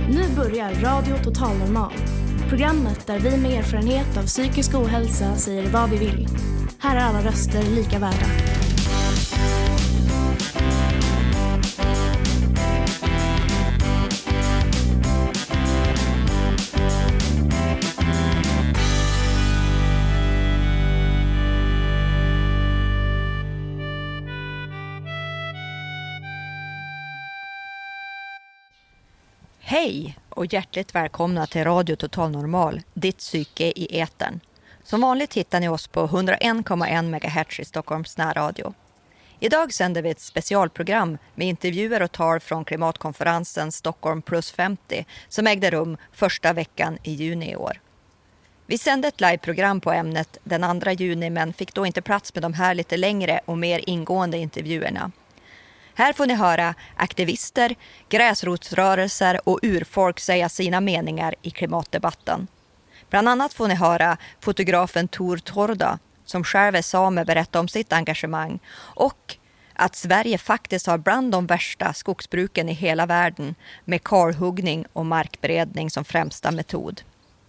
Nu börjar Radio Total Normal. Programmet där vi med erfarenhet av psykisk ohälsa säger vad vi vill. Här är alla röster lika värda. Hej och hjärtligt välkomna till Radio Total Normal, ditt psyke i etern. Som vanligt hittar ni oss på 101,1 MHz i Stockholms närradio. Idag sänder vi ett specialprogram med intervjuer och tal från klimatkonferensen Stockholm plus 50 som ägde rum första veckan i juni i år. Vi sände ett liveprogram på ämnet den 2 juni men fick då inte plats med de här lite längre och mer ingående intervjuerna. Här får ni höra aktivister, gräsrotsrörelser och urfolk säga sina meningar i klimatdebatten. Bland annat får ni höra fotografen Tor Torda, som själv är same, berätta om sitt engagemang och att Sverige faktiskt har bland de värsta skogsbruken i hela världen med kalhuggning och markberedning som främsta metod.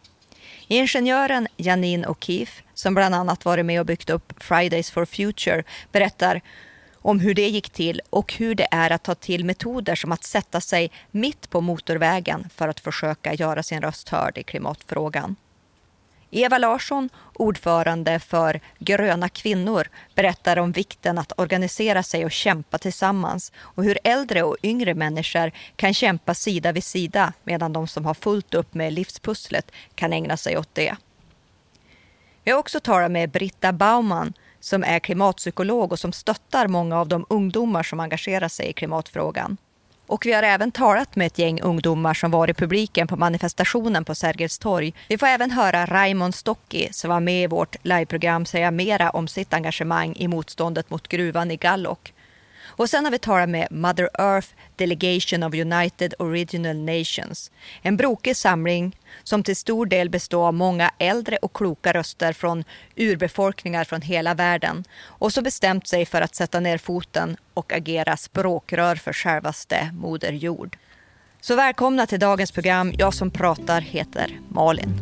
Ingenjören Janine O'Keefe, som bland annat varit med och byggt upp Fridays for Future, berättar om hur det gick till och hur det är att ta till metoder som att sätta sig mitt på motorvägen för att försöka göra sin röst hörd i klimatfrågan. Eva Larsson, ordförande för Gröna kvinnor, berättar om vikten att organisera sig och kämpa tillsammans och hur äldre och yngre människor kan kämpa sida vid sida medan de som har fullt upp med livspusslet kan ägna sig åt det. Vi har också talat med Britta Baumann som är klimatpsykolog och som stöttar många av de ungdomar som engagerar sig i klimatfrågan. Och vi har även talat med ett gäng ungdomar som var i publiken på manifestationen på Sergels torg. Vi får även höra Raymond Stocki som var med i vårt liveprogram säga mera om sitt engagemang i motståndet mot gruvan i Gallok. Och sen har vi talat med Mother Earth Delegation of United Original Nations. En brokig samling som till stor del består av många äldre och kloka röster från urbefolkningar från hela världen. Och så bestämt sig för att sätta ner foten och agera språkrör för självaste Moder Jord. Så välkomna till dagens program. Jag som pratar heter Malin.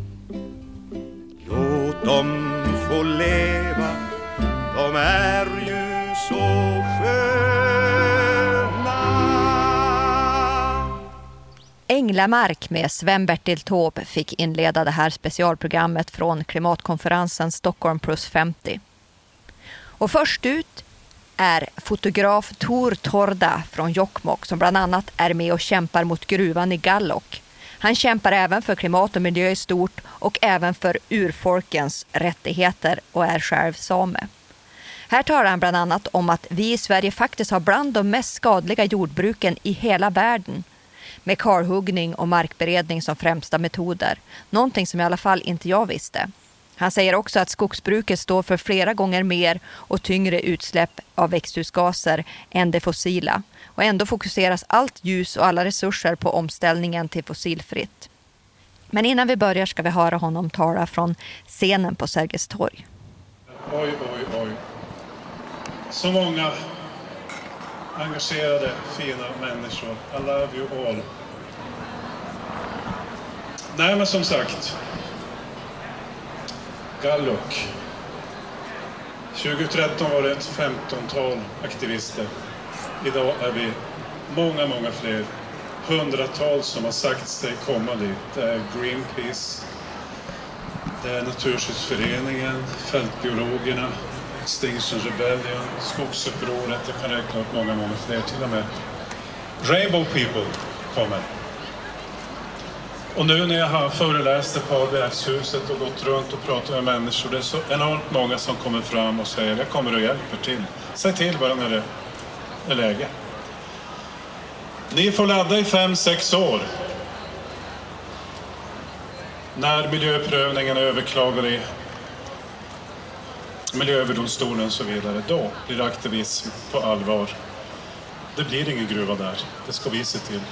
Låt dem få leva, de är ju så sköna. Änglamark med Sven-Bertil Taube fick inleda det här specialprogrammet från klimatkonferensen Stockholm plus 50. Och först ut är fotograf Tor Torda från Jokkmokk som bland annat är med och kämpar mot gruvan i Gallok. Han kämpar även för klimat och miljö i stort och även för urfolkens rättigheter och är själv same. Här talar han bland annat om att vi i Sverige faktiskt har bland de mest skadliga jordbruken i hela världen med kalhuggning och markberedning som främsta metoder. Någonting som i alla fall inte jag visste. Han säger också att skogsbruket står för flera gånger mer och tyngre utsläpp av växthusgaser än det fossila. Och ändå fokuseras allt ljus och alla resurser på omställningen till fossilfritt. Men innan vi börjar ska vi höra honom tala från scenen på Sergels torg. Oj. Så många engagerade, fina människor. I love you all. Nej, men som sagt. Gallok. 2013 var det ett 15-tal aktivister. Idag är vi många fler. Hundratals som har sagt sig komma dit. Det är Greenpeace. Det är Naturskyddsföreningen, Fältbiologerna, Extinction Rebellion, Skogsupproret, jag kan räkna upp många fler till och med. Rainbow People kommer. Och nu när jag har föreläst på ABF-huset och gått runt och pratat med människor, det är så enormt många som kommer fram och säger jag kommer och hjälper till. Säg till bara när det är läge. Ni får ladda i 5-6 år. När miljöprövningen är överklagad i Miljööverdomstolen och så vidare, då blir det aktivism på allvar. Det blir ingen gruva där. Det ska vi se till.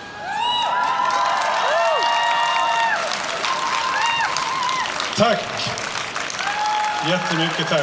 Tack! Jättemycket tack.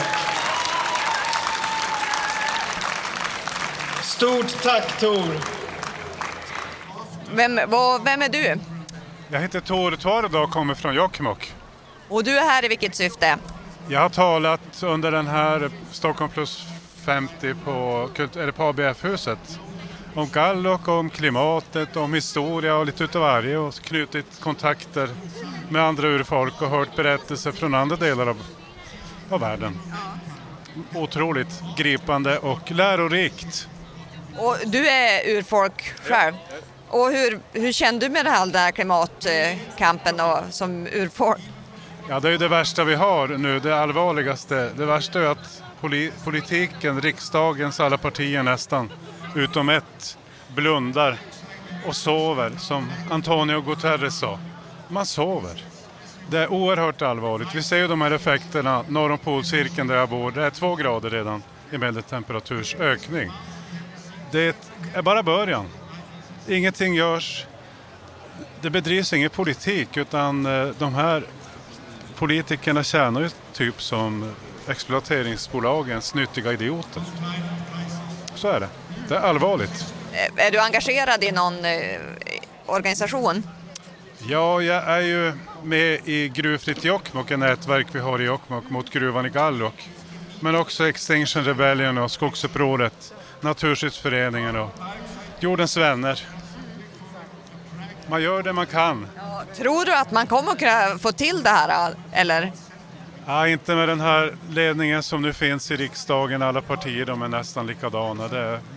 Stort tack, Tor. Vem är du? Jag heter Tore Tvardag och kommer från Jokkmokk. Och du är här i vilket syfte? Jag har talat under den här Stockholm plus 50 på ABF-huset om Gallok, om klimatet, om historia och lite utav varje och knutit kontakter med andra urfolk och hört berättelser från andra delar av världen. Otroligt gripande och lärorikt. Och du är urfolk själv. Och hur känner du med det här klimatkampen och som urfolk? Ja, det är ju det värsta vi har nu, det allvarligaste. Det värsta är att politiken, riksdagens alla partier nästan, utom ett, blundar och sover, som Antonio Guterres sa. Man sover. Det är oerhört allvarligt. Vi ser ju de här effekterna norr om polcirkeln där jag bor. Det är 2 grader redan i medeltemperatursökning. Det är bara början. Ingenting görs. Det bedrivs ingen politik, utan de här politikerna tjänar ju typ som exploateringsbolagens nyttiga idioter. Så är det. Det är allvarligt. Är du engagerad i någon organisation? Ja, jag är ju med i Gruvfritt Jokkmokk, ett nätverk vi har i Jokkmokk mot gruvan i Gallok. Men också Extinction Rebellion och Skogsupproret, Naturskyddsföreningen och Jordens vänner. Man gör det man kan. Ja, tror du att man kommer att kunna få till det här, eller? Ja, inte med den här ledningen som nu finns i riksdagen. Alla partier, de är nästan likadana. Det är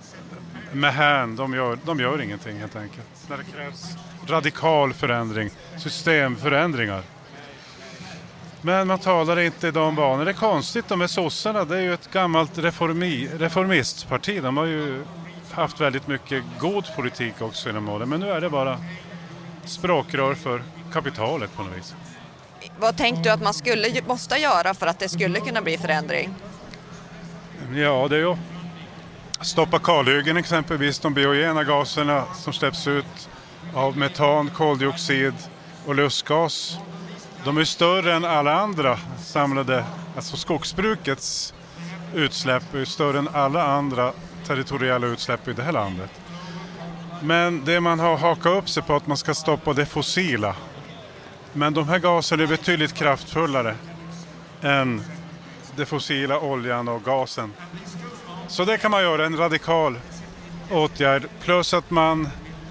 de gör ingenting helt enkelt. När det krävs radikal förändring, systemförändringar. Men man talar inte i de banorna. Det är konstigt, de här sossarna, det är ju ett gammalt reformistparti. De har ju haft väldigt mycket god politik också inom åren. Men nu är det bara språkrör för kapitalet på något vis. Vad tänkte du att man måste göra för att det skulle kunna bli förändring? Ja, det är ju stoppa kalhyggen exempelvis, de biogena gaserna som släpps ut av metan, koldioxid och lustgas. De är större än alla andra samlade, alltså skogsbrukets utsläpp är större än alla andra territoriella utsläpp i det här landet. Men det man har hakat upp sig på att man ska stoppa det fossila. Men de här gaserna är betydligt kraftfullare än det fossila, oljan och gasen. Så det kan man göra, en radikal åtgärd. Plus att man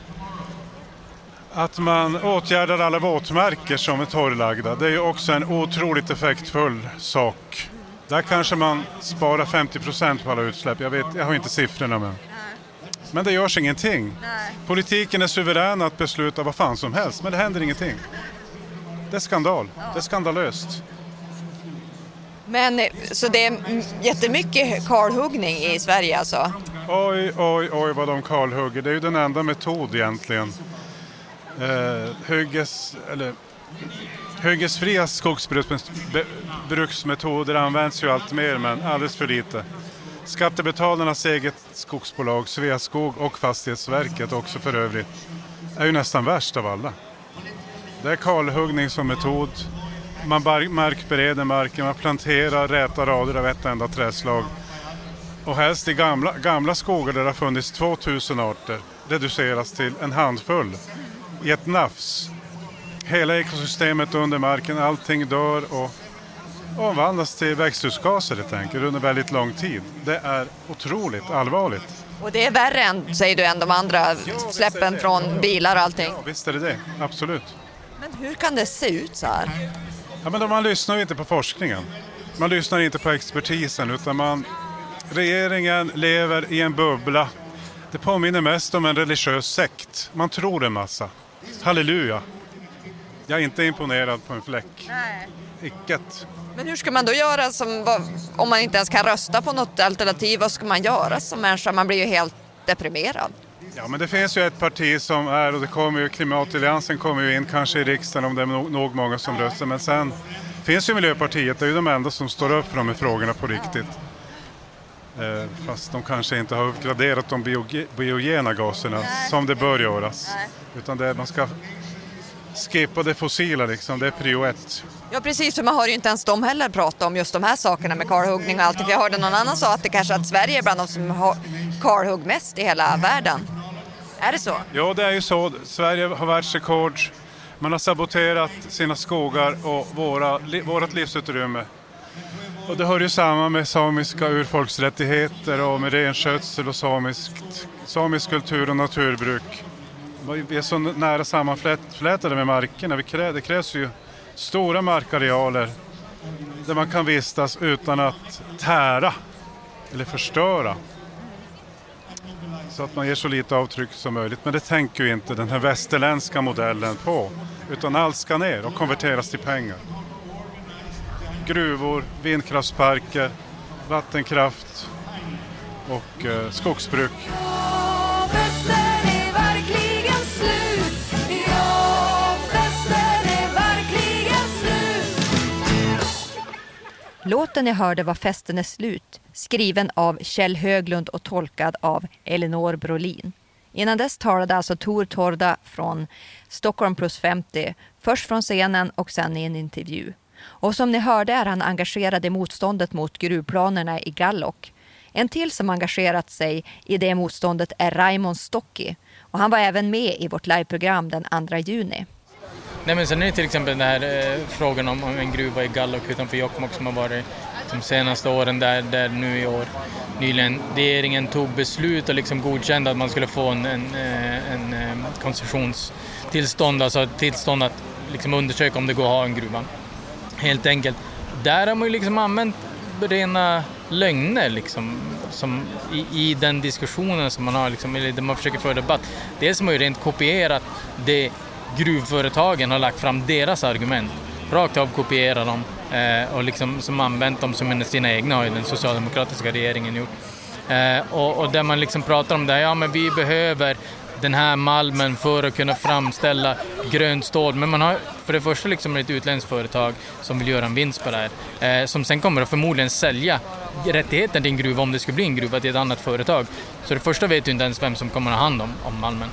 åtgärdar alla våtmarker som är torrlagda. Det är ju också en otroligt effektfull sak. Där kanske man sparar 50% på alla utsläpp. Jag har inte siffrorna men det görs ingenting. Politiken är suverän att besluta vad fan som helst, men det händer ingenting. Det är skandal. Det är skandalöst. Men så det är jättemycket kalhuggning i Sverige alltså? Oj vad de kalhugger. Det är ju den enda metod egentligen. Hyggesfria skogsbruksmetoder används ju allt mer, men alldeles för lite. Skattebetalarnas eget skogsbolag, Sveaskog och Fastighetsverket också för övrigt, är ju nästan värst av alla. Det är kalhuggning som metod. Man markbereder marken, man planterar räta rader av ett enda träslag. Och helst i gamla skogar där det har funnits 2000 arter reduceras till en handfull i ett nafs. Hela ekosystemet under marken, allting dör och omvandlas till växthusgaser helt enkelt under väldigt lång tid. Det är otroligt allvarligt. Och det är värre än, säger du, än de andra släppen från bilar och allting? Ja, visst är det. Absolut. Men hur kan det se ut så här? Ja, men man lyssnar ju inte på forskningen. Man lyssnar inte på expertisen, utan regeringen lever i en bubbla. Det påminner mest om en religiös sekt. Man tror en massa. Halleluja. Jag är inte imponerad på en fläck. Nej. Icket. Men hur ska man då göra om man inte ens kan rösta på något alternativ? Vad ska man göra som människa? Man blir ju helt deprimerad. Ja, men det finns ju ett parti som är, och det kommer ju, Klimatalliansen kommer ju in kanske i riksdagen om det är nog många som röstar. Men sen finns ju Miljöpartiet, det är ju de enda som står upp för de här frågorna på riktigt. Fast de kanske inte har uppgraderat de biogena gaserna som det bör göras. Utan man ska skippa det fossila liksom, det är prio 1. Ja precis, för man har ju inte ens de heller pratat om just de här sakerna med kalhuggning och allt. För jag hörde någon annan sa att det kanske att Sverige är bland de som har kalhugg mest i hela världen. Är det så? Ja, det är ju så. Sverige har världsrekord. Man har saboterat sina skogar och vårat livsutrymme. Och det hör ju samman med samiska urfolksrättigheter och med renskötsel och samisk kultur och naturbruk. Vi är så nära sammanflätade med markerna. Det krävs ju stora markarealer där man kan vistas utan att tära eller förstöra. Så att man ger så lite avtryck som möjligt. Men det tänker ju inte den här västerländska modellen på. Utan allt ska ner och konverteras till pengar. Gruvor, vindkraftsparker, vattenkraft och skogsbruk. Låten ni hörde var Festen är slut, skriven av Kjell Höglund och tolkad av Elinor Brolin. Innan dess talade alltså Tor Torda från Stockholm plus 50, först från scenen och sen i en intervju. Och som ni hörde är han engagerad i motståndet mot gruvplanerna i Gallok. En till som engagerat sig i det motståndet är Raymond Stocki, och han var även med i vårt liveprogram den 2 juni. Nej, men sen är det till exempel den här frågan om en gruva i Gallok utanför Jokkmokk som har varit de senaste åren där nu i år nyligen regeringen tog beslut och liksom godkände att man skulle få en koncessionstillstånd, alltså ett tillstånd att liksom undersöka om det går att ha en gruva. Helt enkelt. Där har man ju liksom använt rena lögner liksom, som i den diskussionen som man har liksom, eller där man försöker föra debatt. Det som har ju rent kopierat det gruvföretagen har lagt fram deras argument. Rakt av kopierar dem och liksom som använt dem som sina egna, har ju den socialdemokratiska regeringen gjort. Och där man liksom pratar om det, ja men vi behöver den här malmen för att kunna framställa grönt stål. Men man har för det första liksom ett utländskt företag som vill göra en vinst på det här. Som sen kommer att förmodligen sälja rättigheten till en gruva om det skulle bli en gruva till ett annat företag. Så det första vet ju inte ens vem som kommer att ha hand om malmen.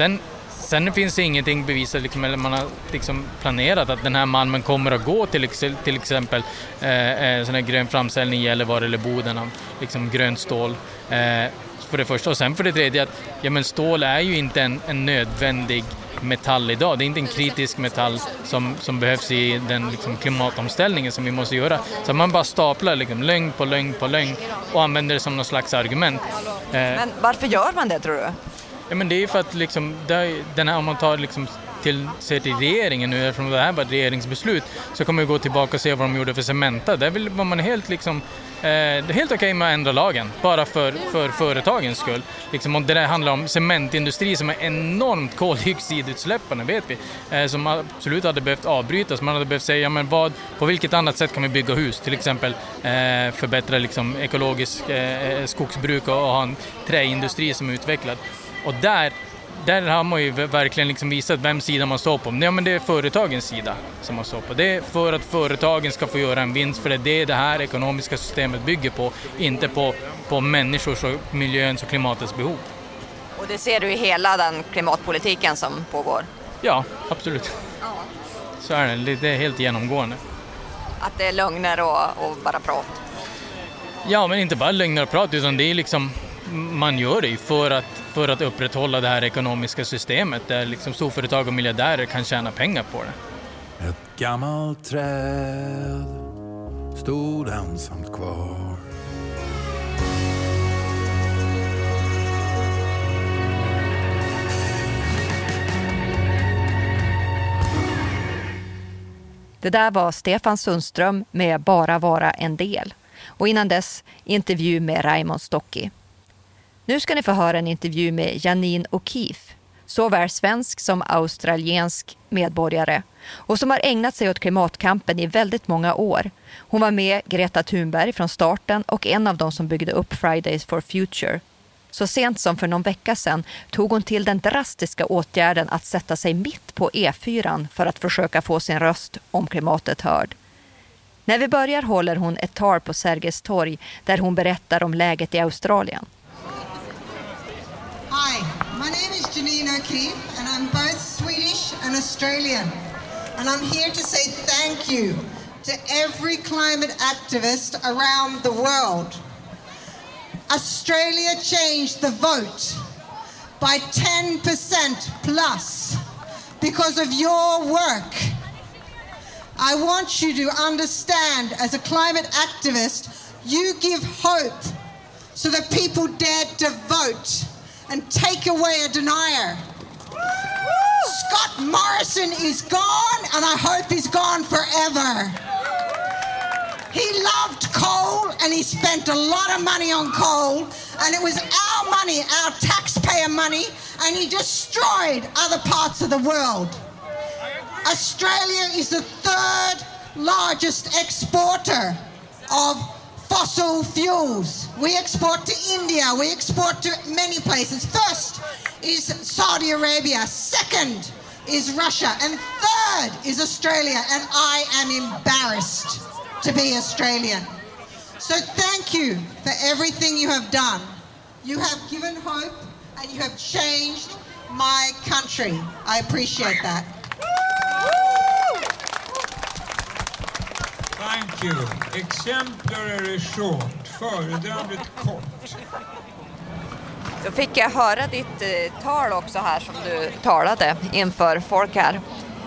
Sen finns det ingenting bevisat, liksom, eller man har liksom planerat att den här malmen kommer att gå till exempel sån här grön framställning i Gällivare eller Boden av liksom grönt stål. För det första, och sen för det tredje att ja, men stål är ju inte en nödvändig metall idag. Det är inte en kritisk metall som behövs i den liksom, klimatomställningen som vi måste göra. Så man bara staplar liksom, lögn på lögn och använder det som någon slags argument. Men varför gör man det, tror du? Ja, men det är ju för att liksom, den här, om man tar liksom, ser till regeringen nu, eftersom det här var ett regeringsbeslut, så kommer vi gå tillbaka och se vad de gjorde för Cementa. Där var man helt liksom, helt okej med att ändra lagen, bara för företagens skull. Liksom, och det där handlar om cementindustri som är enormt koldioxidutsläppande, vet vi, som absolut hade behövt avbrytas. Man hade behövt säga, ja, men på vilket annat sätt kan vi bygga hus? Till exempel förbättra liksom, ekologisk skogsbruk och ha en träindustri som är utvecklad. Och där har man ju verkligen liksom visat vem sida man står på. Ja, men det är företagens sida som man står på. Det är för att företagen ska få göra en vinst, för det är det här ekonomiska systemet bygger på, inte på människors och miljöns och klimatets behov. Och det ser du i hela den klimatpolitiken som pågår? Ja, absolut. Ja. Så är det är helt genomgående. Att det är lögner och bara prat? Ja, men inte bara lögner och prat, utan det är liksom, man gör det för att upprätthålla det här ekonomiska systemet där liksom storföretag och miljardärer kan tjäna pengar på det. Ett gammalt träd stod ensamt kvar. Det där var Stefan Sundström med Bara vara en del. Och innan dess intervju med Raymond Stocki. Nu ska ni få höra en intervju med Janine O'Keefe, såväl svensk som australiensk medborgare, och som har ägnat sig åt klimatkampen i väldigt många år. Hon var med Greta Thunberg från starten och en av dem som byggde upp Fridays for Future. Så sent som för någon vecka sedan tog hon till den drastiska åtgärden att sätta sig mitt på E4 för att försöka få sin röst om klimatet hörd. När vi börjar håller hon ett tal på Sergels torg där hon berättar om läget i Australien. Hi, my name is Janine O'Keefe and I'm both Swedish and Australian. And I'm here to say thank you to every climate activist around the world. Australia changed the vote by 10% plus because of your work. I want you to understand, as a climate activist, you give hope so that people dare to vote and take away a denier. Scott Morrison is gone, and I hope he's gone forever. He loved coal, and he spent a lot of money on coal, and it was our money, our taxpayer money, and he destroyed other parts of the world. Australia is the third largest exporter of fossil fuels. We export to India, we export to many places. First is Saudi Arabia, second is Russia, and third is Australia, and I am embarrassed to be Australian. So thank you for everything you have done. You have given hope and you have changed my country. I appreciate that. Thank you. Exemplary short, föredömligt kort. Så fick jag höra ditt tal också här som du talade inför folk här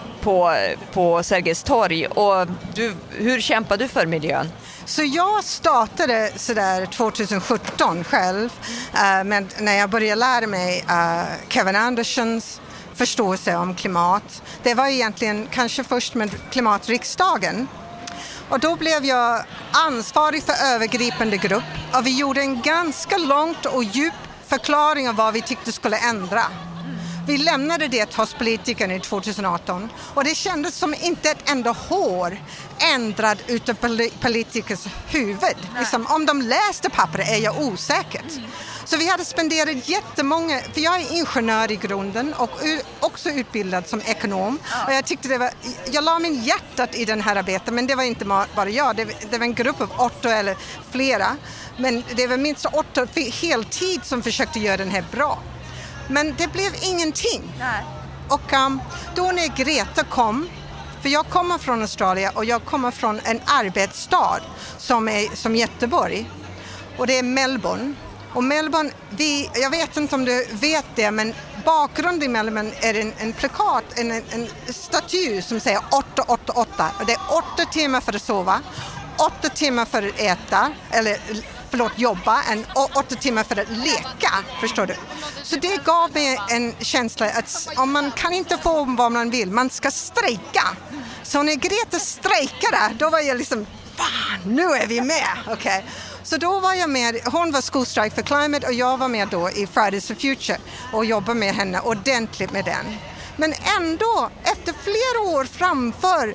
på Sergels torg. Och hur kämpar du för miljön? Så jag startade sådär 2017 själv, men när jag började lära mig Kevin Andersons förståelse om klimat. Det var egentligen kanske först med klimatriksdagen. Och då blev jag ansvarig för övergripande grupp, och vi gjorde en ganska långt och djup förklaring av vad vi tyckte skulle ändra. Vi lämnade det hos politikerna i 2018, och det kändes som inte ett enda hår ändrad utav politikers huvud. Liksom, om de läste pappret är jag osäkert. Så vi hade spenderat jättemånga, för jag är ingenjör i grunden och också utbildad som ekonom. Och jag tyckte jag la min hjärtat i den här arbetet, men det var inte bara jag. Det var en grupp av 8 eller flera. Men det var minst 8 heltid som försökte göra den här bra. Men det blev ingenting. Nej. Och då när Greta kom, för jag kommer från Australien och jag kommer från en arbetsstad som Göteborg. Och det är Melbourne. Och Melbourne, jag vet inte om du vet det, men bakgrunden i Melbourne är en plakat, en staty som säger 888. Och det är 8 timmar för att sova, 8 timmar för att äta, jobba, och 8 timmar för att leka, förstår du? Så det gav mig en känsla att om man kan inte få vad man vill, man ska strejka. Så när Greta strejkade, då var jag liksom, fan, nu är vi med, okej. Så då var jag med, hon var School Strike for Climate och jag var med då i Fridays for Future och jobbade med henne ordentligt med den. Men ändå, efter flera år framför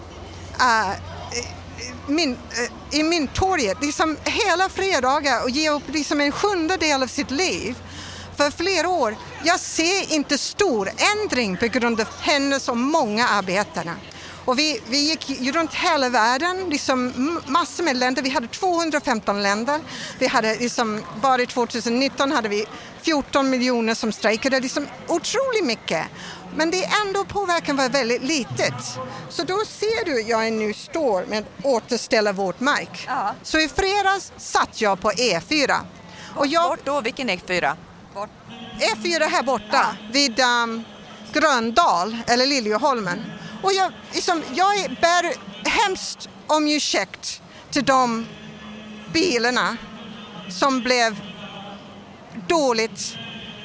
i min torget, liksom hela fredagar, och ge upp liksom en 7/10 av sitt liv för flera år. Jag ser inte stor ändring på grund av hennes och många arbetarna. Och vi gick runt hela världen, liksom massor med länder. Vi hade 215 länder. Vi hade liksom, bara i 2019 hade vi 14 miljoner som strejkade. Liksom otroligt mycket. Men det ändå påverkan var väldigt litet. Så då ser du, jag nu står med återställa vårt mark. Ja. Så i fredags satt jag på E4. Och bort då? Vilken E4? Bort. E4 här borta, vid Gröndal eller Liljeholmen. Och jag bär hemskt om ursäkt till de bilarna som blev dåligt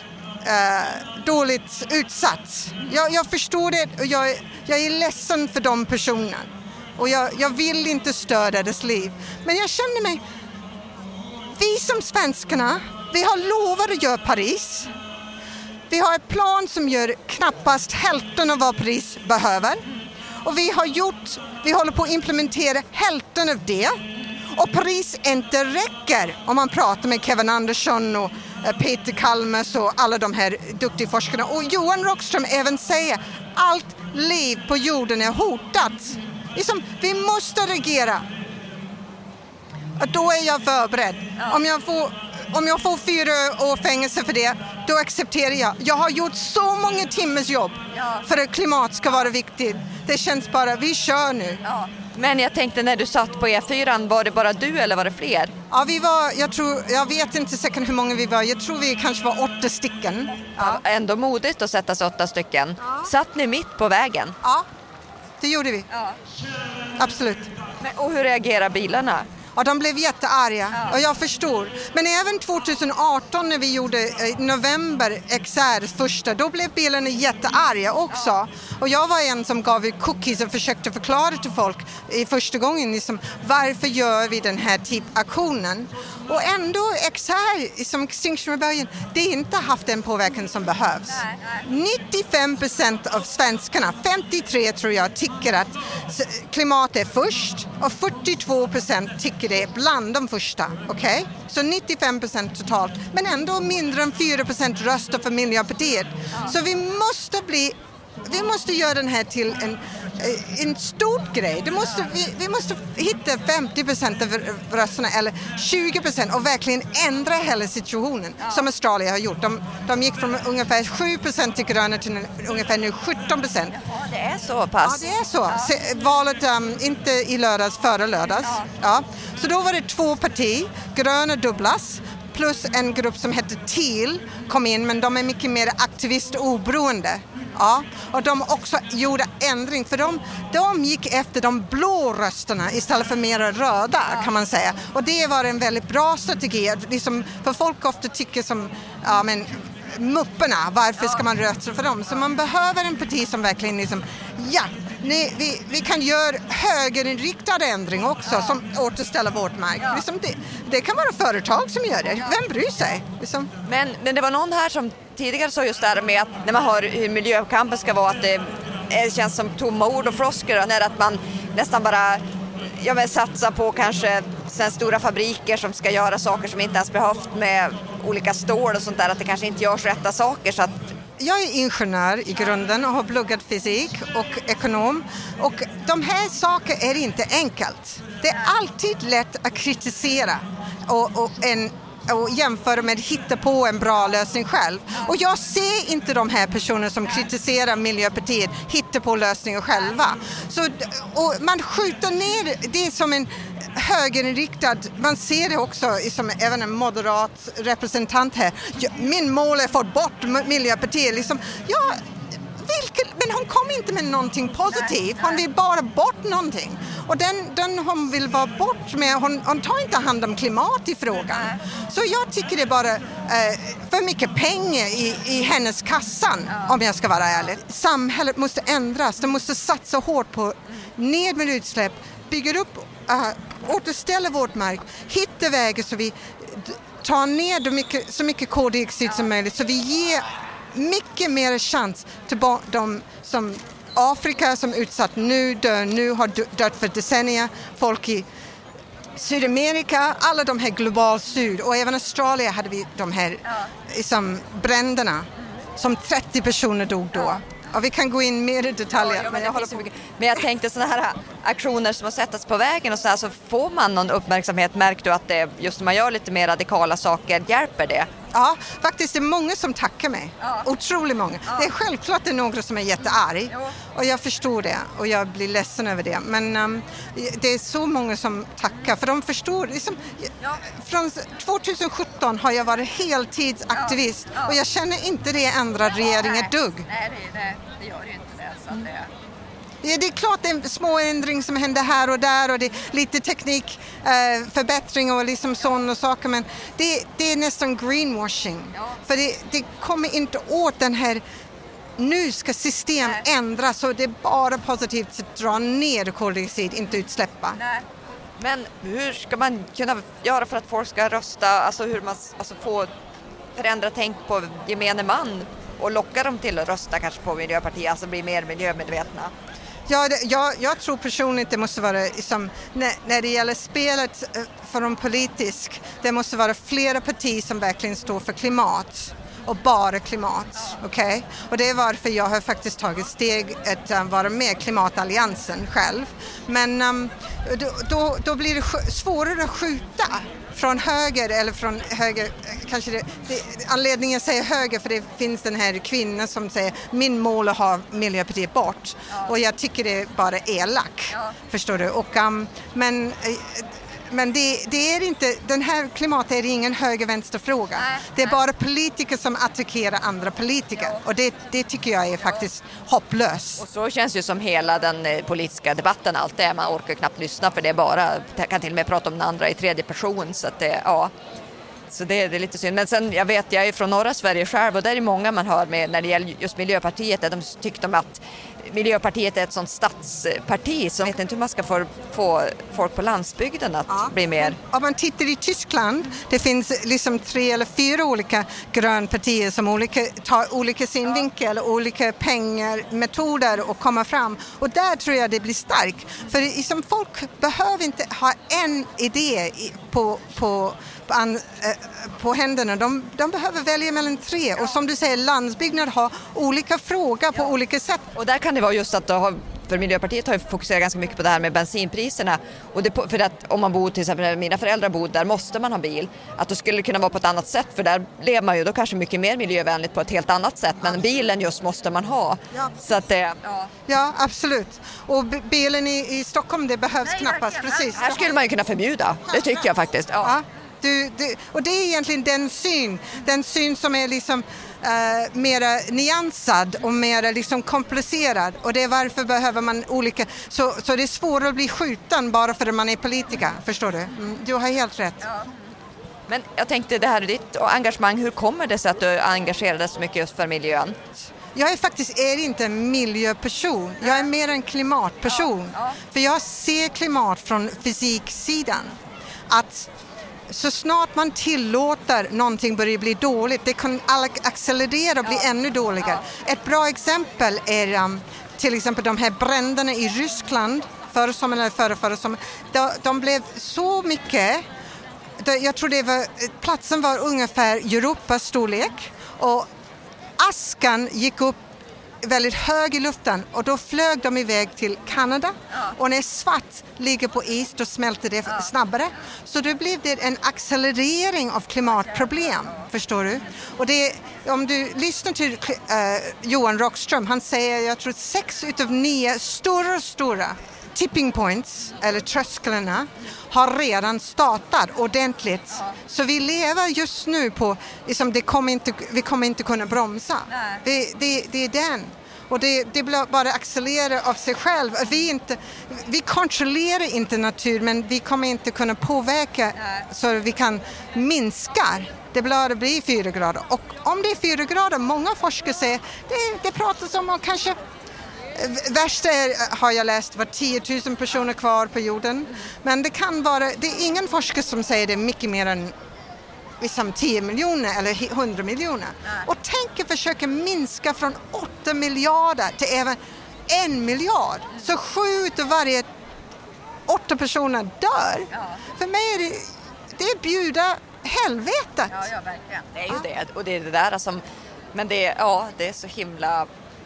utsatt. Jag förstår det, och jag är ledsen för de personerna. Och jag vill inte stödja dess liv. Men jag känner mig, vi som svenskarna, vi har lovat att göra Paris. Vi har ett plan som gör knappast hälften av vad Paris behöver. Och vi håller på att implementera hälften av det. Och Paris inte räcker, om man pratar med Kevin Anderson och Peter Kalmes och alla de här duktiga forskarna. Och Johan Rockström även säger allt liv på jorden är hotat. Liksom, vi måste reagera. Och då är jag förberedd. Ja. Om jag får 4 år fängelse för det, då accepterar jag. Jag har gjort så många timmars jobb för att klimat ska vara viktigt. Det känns bara, vi kör nu. Ja. Men jag tänkte när du satt på E4, var det bara du eller var det fler? Ja, jag vet inte säkert hur många vi var. Jag tror vi kanske var 8 stycken. Ja. Ändå modigt att sätta sig 8 stycken. Ja. Satt ni mitt på vägen? Ja, det gjorde vi. Ja. Absolut. Och hur reagerar bilarna? Ja, de blev jättearga och jag förstår. Men även 2018 när vi gjorde november XR första, då blev bilarna jättearga också. Och jag var en som gav ut cookies och försökte förklara till folk i första gången liksom, varför gör vi den här aktionen. Och ändå XR som Extinction Rebellion, det har inte haft den påverkan som behövs. 95% av svenskarna, 53 tror jag, tycker att klimat är först och 42% tycker det är bland de första. Okay? Så 95% totalt, men ändå mindre än 4% röstar för Miljöpartiet. Så vi måste göra den här till en stor grej. Vi måste hitta 50% av rösterna eller 20% och verkligen ändra hela situationen som Australien har gjort. De gick från ungefär 7% till gröna till ungefär nu 17%. Ja, det är så pass. Ja, det är så. Valet inte i lördags, före lördags. Ja. Så då var det 2 partier, gröna dubblas, plus en grupp som heter TEAL kom in, men de är mycket mer aktivistoberoende. Ja, och de också gjorde ändring för de gick efter de blå rösterna istället för mer röda kan man säga. Och det var en väldigt bra strategi. Liksom, för folk ofta tycker som mupperna, varför ska man rösta för dem? Så man behöver en parti som verkligen liksom, vi kan göra högerinriktad ändring också som återställer vårt mark. Liksom det kan vara företag som gör det. Vem bryr sig? Liksom. Men det var någon här som tidigare sa just där med att när man hör hur miljökampen ska vara att det känns som tomma ord och floskler när att man nästan bara satsar på kanske sen stora fabriker som ska göra saker som inte ens behövt med olika stål och sånt där, att det kanske inte görs rätta saker så att. Jag är ingenjör i grunden och har pluggat fysik och ekonom. Och de här sakerna är inte enkelt. Det är alltid lätt att kritisera och jämföra med att hitta på en bra lösning själv. Och jag ser inte de här personerna som kritiserar Miljöpartiet hitta på lösningar själva. Och man skjuter ner det som en högerinriktad, man ser det också som även en moderat representant här. Min mål är att få bort Miljöpartiet. Liksom, men hon kom inte med någonting positivt. Hon vill bara bort någonting. Och den hon vill vara bort med, hon tar inte hand om klimat i frågan. Så jag tycker det är bara för mycket pengar i hennes kassan, om jag ska vara ärlig. Samhället måste ändras. De måste satsa hårt på ned med utsläpp, bygger upp, återställa vårt mark, hitta vägar så vi tar ner så mycket koldioxid som möjligt. Så vi ger mycket mer chans till de som Afrika som utsatt nu har dött för decennier. Folk i Sydamerika, alla de här global syd och även Australien hade vi de här som bränderna som 30 personer dog då. Och vi kan gå in mer i detaljer. Men jag tänkte sådana här aktioner som har sättats på vägen och så får man någon uppmärksamhet, märker du att det just när man gör lite mer radikala saker hjälper det? Ja, faktiskt det är många som tackar mig. Otroligt många. Det är självklart det är några som är jättearg. Och jag förstår det och jag blir ledsen över det. Men det är så många som tackar för de förstår. Liksom, från 2017 har jag varit heltidsaktivist och jag känner inte det ändrar regeringen dugg. Nej, det gör ju inte det. Så det. Ja, det är klart det är en små ändring som händer här och där och det är lite teknikförbättring och liksom sådana saker, men det är nästan greenwashing. För det kommer inte åt den här, nu ska system ändras så det är bara positivt att dra ner koldioxid, inte utsläppa. Nej. Men hur ska man kunna göra för att folk ska rösta, alltså hur man få förändra tänk på gemene man och locka dem till att rösta kanske på Miljöpartiet, alltså bli mer miljömedvetna? Jag tror personligen att det måste vara som, när det gäller spelet för de politisk, det måste vara flera partier som verkligen står för klimat och bara klimat. Okay? Och det är varför jag har faktiskt tagit steg att vara med i klimatalliansen själv. Men då blir det svårare att skjuta från höger eller från höger, kanske anledningen jag säger höger för det finns den här kvinnan som säger min mål är att ha Miljöpartiet bort och jag tycker det är bara elak, förstår du? Och, men det är inte, den här klimatet är ingen höger-vänster-fråga. Det är bara politiker som attackerar andra politiker. Och det tycker jag är faktiskt hopplöst. Och så känns ju som hela den politiska debatten alltid är. Man orkar knappt lyssna för det är bara, kan till och med prata om den andra i tredje person. Så att det, så det är lite synd. Men sen, jag är från norra Sverige själv och där är många man hör med när det gäller just Miljöpartiet. Där de tyckte om att Miljöpartiet är ett sånt stadsparti så jag vet inte hur man ska få folk på landsbygden att bli mer. Om man tittar i Tyskland, det finns liksom 3 eller 4 olika grönpartier som tar olika synvinkel och olika metoder och komma fram. Och där tror jag det blir starkt. För liksom, folk behöver inte ha en idé på händerna. De behöver välja mellan 3. Och som du säger, landsbygden har olika frågor på olika sätt. Och där kan det vara just att för Miljöpartiet har ju fokuserat ganska mycket på det här med bensinpriserna. Och för att om man bor till exempel, mina föräldrar bor där måste man ha bil. Att det skulle kunna vara på ett annat sätt för där lever man ju då kanske mycket mer miljövänligt på ett helt annat sätt. Men bilen just måste man ha. Ja, så att det, ja absolut. Och bilen i Stockholm det behövs knappast. Precis. Här skulle man ju kunna förbjuda. Det tycker jag faktiskt. Ja. Och det är egentligen den syn som är liksom mera nyansad och mera liksom komplicerad och det är varför behöver man olika så det är svårare att bli skjuten bara för att man är politiker, förstår du? Du har helt rätt. Ja. Men jag tänkte det här är ditt engagemang, hur kommer det sig att du engagerade så mycket just för miljön? Jag är inte en miljöperson, jag är mer en klimatperson. För jag ser klimat från fysiksidan. Att så snart man tillåter någonting börjar bli dåligt, det kan accelerera och bli ännu dåligare. Ett bra exempel är till exempel de här bränderna i Ryssland förra sommaren. De blev så mycket, jag tror platsen var ungefär Europas storlek och askan gick upp väldigt hög i luften och då flög de iväg till Kanada och när svart ligger på is då smälter det snabbare så då blev det en accelerering av klimatproblem, förstår du? Och om du lyssnar till Johan Rockström, han säger jag tror 6 utav 9 stora tipping points eller trösklarna har redan startat ordentligt. Så vi lever just nu på liksom, vi kommer inte kunna bromsa. Det är den. Och det blir bara accelerera av sig själv. Vi kontrollerar inte natur men vi kommer inte kunna påverka så vi kan minska. Det blir 4 grader. Och om det är 4 grader, många forskare säger det pratas om att kanske värsta har jag läst var 10 000 personer kvar på jorden. Men det är ingen forskare som säger det är mycket mer än liksom 10 miljoner eller 100 miljoner. Och tänk att försöka minska från 8 miljarder till även 1 miljard. Så 7 av varje 8 personer dör. För mig är det bjuda helvetet. Ja, verkligen. Det är ju det. Och det är det där som... Men det är så himla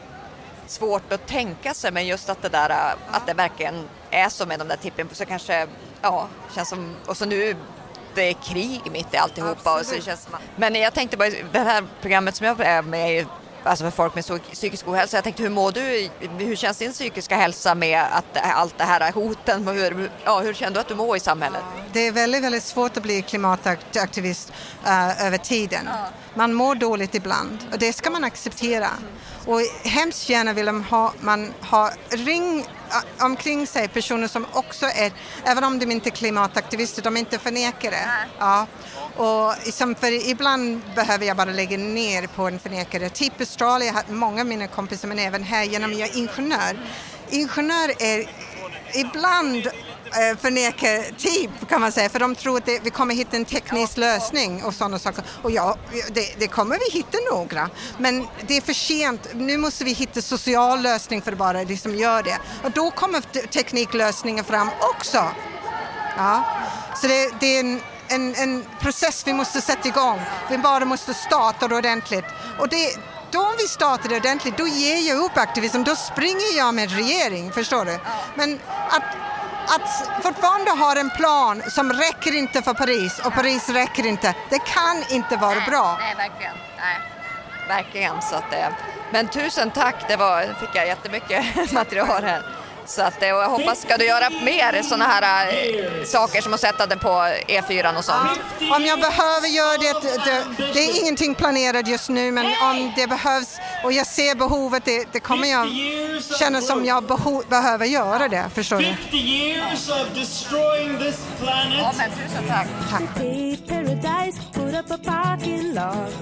svårt att tänka sig, men just att det där att det verkligen är så med de där tippen så kanske känns som, och så nu det är krig mitt i alltihopa och så känns men jag tänkte bara det här programmet som jag är med alltså för folk med psykisk ohälsa, jag tänkte hur mår du, hur känns din psykiska hälsa med att allt det här hoten, hur känner du att du mår i samhället? Det är väldigt, väldigt svårt att bli klimataktivist över tiden. Man mår dåligt ibland och det ska man acceptera. Och hemskt gärna vill man ha ring omkring sig personer som också är, även om de inte är klimataktivister, de inte förnekar det. Ja. Och för ibland behöver jag bara lägga ner på en förnekare. Typ Australien har många av mina kompisar, men även här genom jag är ingenjör. Ingenjör är ibland förnekar typ kan man säga, för de tror att vi kommer hitta en teknisk lösning och sådana saker. Och det kommer vi hitta några. Men det är för sent. Nu måste vi hitta social lösning för bara det som gör det. Och då kommer tekniklösningen fram också. Ja. Så det är en process vi måste sätta igång. Vi bara måste starta det ordentligt. Och då om vi startar det ordentligt, då ger jag upp aktivism. Då springer jag med regering, förstår du? Men att fortfarande ha en plan som räcker inte för Paris och Paris räcker inte, det kan inte vara bra. Nej, verkligen. Nej. Verkligen. Så att, men tusen tack, fick jag jättemycket material här. Så att, och jag hoppas, ska du göra mer sådana här saker som att sätta det på E4 och sånt? Om jag behöver göra det är ingenting planerat just nu, men om det behövs och jag ser behovet, det kommer jag känna som jag behöver göra det, förstår du? 50 years of destroying this planet. Ja, men tusen tack. Tack. Paradise, put up a parking lot.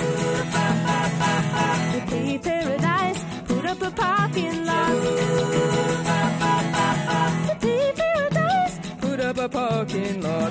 Paradise, put up a parking lot. Paradise, put up a parking lot.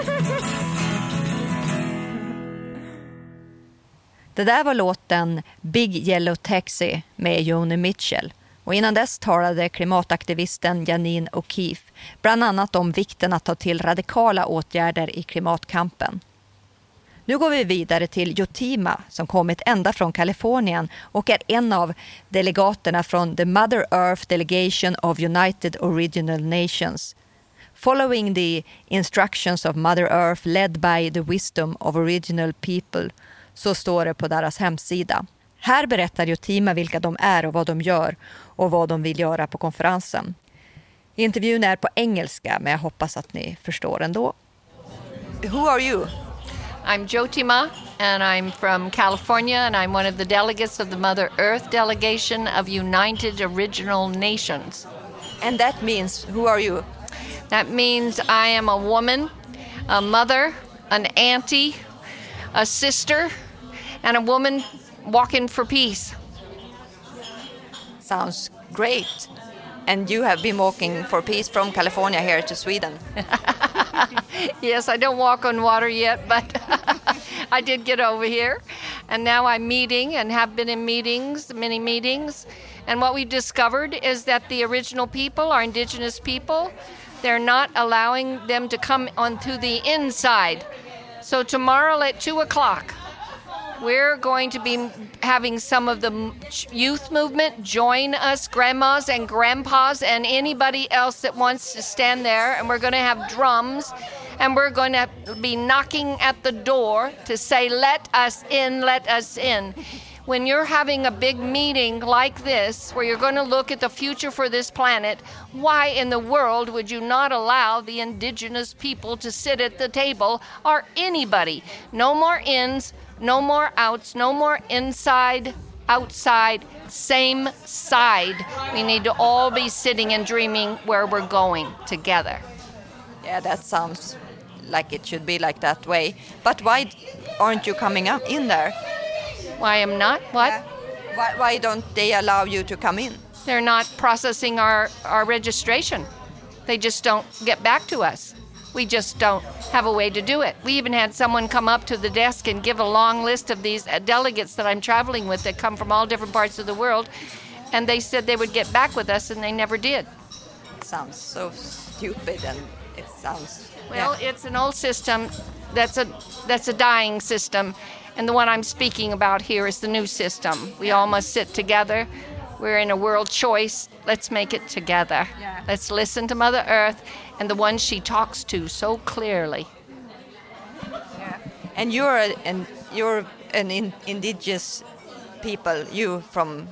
Det där var låten Big Yellow Taxi med Joni Mitchell. Och innan dess talade klimataktivisten Janine O'Keefe bland annat om vikten att ta till radikala åtgärder i klimatkampen. Nu går vi vidare till Yotima som kommit ända från Kalifornien och är en av delegaterna från the Mother Earth Delegation of United Original Nations. Following the instructions of Mother Earth led by the wisdom of original people, så står det på deras hemsida. Här berättar Yotima vilka de är och vad de gör och vad de vill göra på konferensen. Intervjun är på engelska, men jag hoppas att ni förstår ändå. Who are you? I'm Yotima, and I'm from California, and I'm one of the delegates of the Mother Earth Delegation of United Original Nations. And that means, who are you? That means I am a woman, a mother, an auntie, a sister, and a woman walking for peace. Sounds great. And you have been walking for peace from California here to Sweden. Yes, I don't walk on water yet, but I did get over here. And now I'm meeting and have been in meetings, many meetings. And what we've discovered is that the original people, our indigenous people, they're not allowing them to come onto the inside. So tomorrow at 2 o'clock, we're going to be having some of the youth movement join us, grandmas and grandpas and anybody else that wants to stand there. And we're going to have drums and we're going to be knocking at the door to say, let us in, let us in. When you're having a big meeting like this, where you're going to look at the future for this planet, why in the world would you not allow the indigenous people to sit at the table, or anybody? No more ins, no more outs, no more inside, outside, same side. We need to all be sitting and dreaming where we're going together. Yeah, that sounds like it should be like that way. But why aren't you coming up in there? Why I'm not? What? Why don't they allow you to come in? They're not processing our registration. They just don't get back to us. We just don't have a way to do it. We even had someone come up to the desk and give a long list of these delegates that I'm traveling with that come from all different parts of the world. And they said they would get back with us, and they never did. It sounds so stupid, and it sounds... Well, it's an old system. That's a dying system. And the one I'm speaking about here is the new system. We all must sit together. We're in a world choice. Let's make it together. Yeah. Let's listen to Mother Earth and the one she talks to so clearly. Yeah. And you're an indigenous people. You from.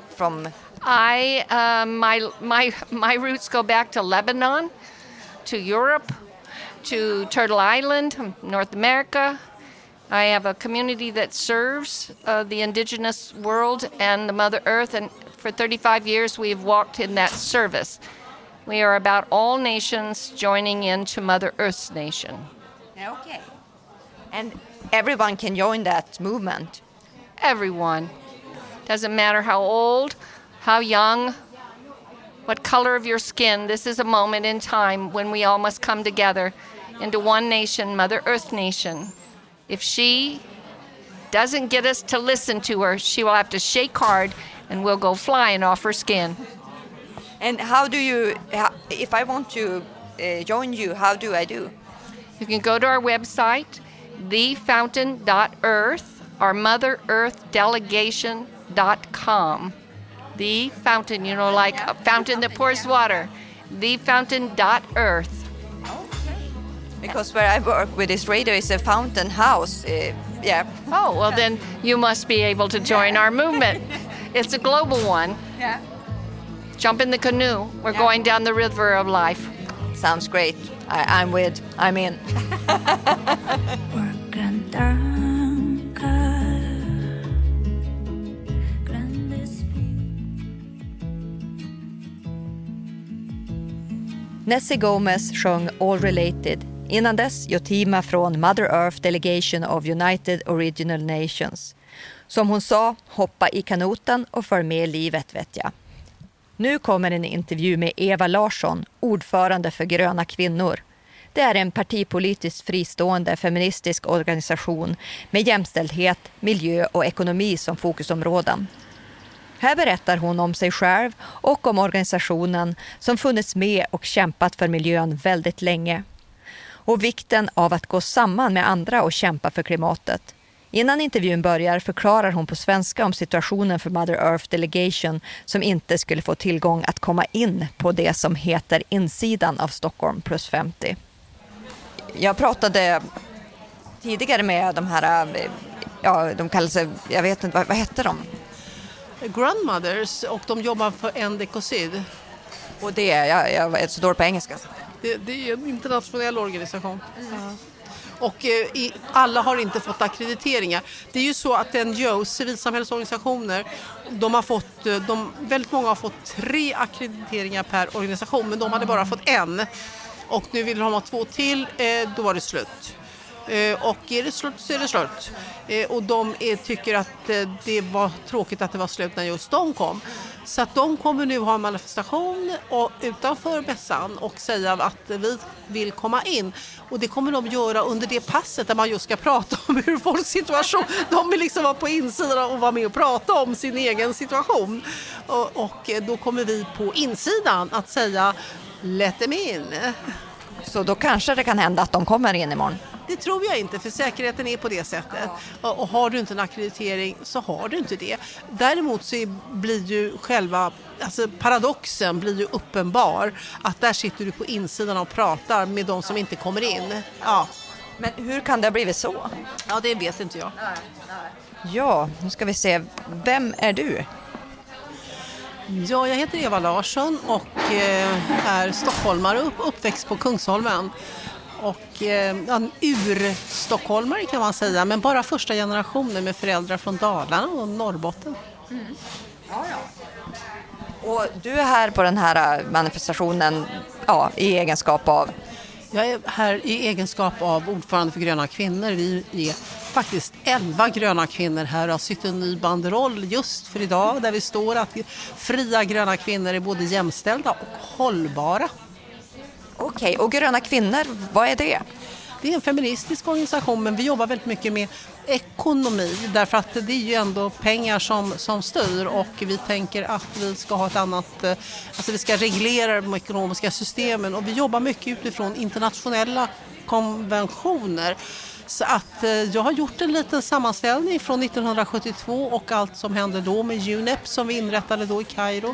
My roots go back to Lebanon, to Europe, to Turtle Island, North America. I have a community that serves the indigenous world and the Mother Earth, and for 35 years we've walked in that service. We are about all nations joining into Mother Earth's nation. Okay. And everyone can join that movement? Everyone. Doesn't matter how old, how young, what color of your skin. This is a moment in time when we all must come together into one nation, Mother Earth Nation. If she doesn't get us to listen to her, she will have to shake hard and we'll go flying off her skin. And how do you, if I want to join you, how do I do? You can go to our website, thefountain.earth, or motherearthdelegation.com. The Fountain, like a fountain that pours water. Thefountain.earth. Because where I work with this radio is a fountain house. Yeah. Oh, well then you must be able to join our movement. It's a global one. Yeah. Jump in the canoe. We're going down the river of life. Sounds great. I'm in. Nessie Gomez sjöng All Related. Innan dess Jotima från Mother Earth Delegation of United Original Nations. Som hon sa, hoppa i kanoten och för med livet, vet jag. Nu kommer en intervju med Eva Larsson, ordförande för Gröna kvinnor. Det är en partipolitiskt fristående feministisk organisation med jämställdhet, miljö och ekonomi som fokusområden. Här berättar hon om sig själv och om organisationen som funnits med och kämpat för miljön väldigt länge. Och vikten av att gå samman med andra och kämpa för klimatet. Innan intervjun börjar förklarar hon på svenska om situationen för Mother Earth Delegation som inte skulle få tillgång att komma in på det som heter insidan av Stockholm plus 50. Jag pratade tidigare med de här, de kallar sig, jag vet inte, vad heter de? Grandmothers, och de jobbar för NDK-Syd. Och det är, jag är så dålig på engelska. Det är en internationell organisation. Mm. Och alla har inte fått akkrediteringar. Det är ju så att NGO, civilsamhällsorganisationer, väldigt många har fått 3 akkrediteringar per organisation, men de hade bara fått 1. Och nu vill de ha 2 till, då var det slut. Och är det slut så är det slut. Och de tycker att det var tråkigt att det var slut när just de kom. Så att de kommer nu ha en manifestation utanför mässan och säga att vi vill komma in. Och det kommer de göra under det passet där man just ska prata om hur folks situation. De vill liksom vara på insidan och vara med och prata om sin egen situation. Och då kommer vi på insidan att säga let them in. Så då kanske det kan hända att de kommer in imorgon? Det tror jag inte, för säkerheten är på det sättet. Och har du inte en akkreditering så har du inte det. Däremot så blir ju paradoxen blir ju uppenbar. Att där sitter du på insidan och pratar med de som inte kommer in. Ja. Men hur kan det ha blivit så? Ja, det vet inte jag. Ja, nu ska vi se. Vem är du? Ja, jag heter Eva Larsson och är stockholmare, uppväxt på Kungsholmen. Och en ur-stockholmare kan man säga, men bara första generationen med föräldrar från Dalarna och Norrbotten. Mm. Ja. Och du är här på den här manifestationen i egenskap av? Jag är här i egenskap av ordförande för Gröna kvinnor. Vi är faktiskt 11 gröna kvinnor här och har sytt en ny banderoll just för idag där vi står att fria gröna kvinnor är både jämställda och hållbara. Okej, och Gröna kvinnor, vad är det? Det är en feministisk organisation, men vi jobbar väldigt mycket med ekonomi därför att det är ju ändå pengar som styr och vi tänker att vi ska ha ett annat, vi ska reglera de ekonomiska systemen och vi jobbar mycket utifrån internationella konventioner. Så att jag har gjort en liten sammanställning från 1972 och allt som hände då med UNEP som vi inrättade då i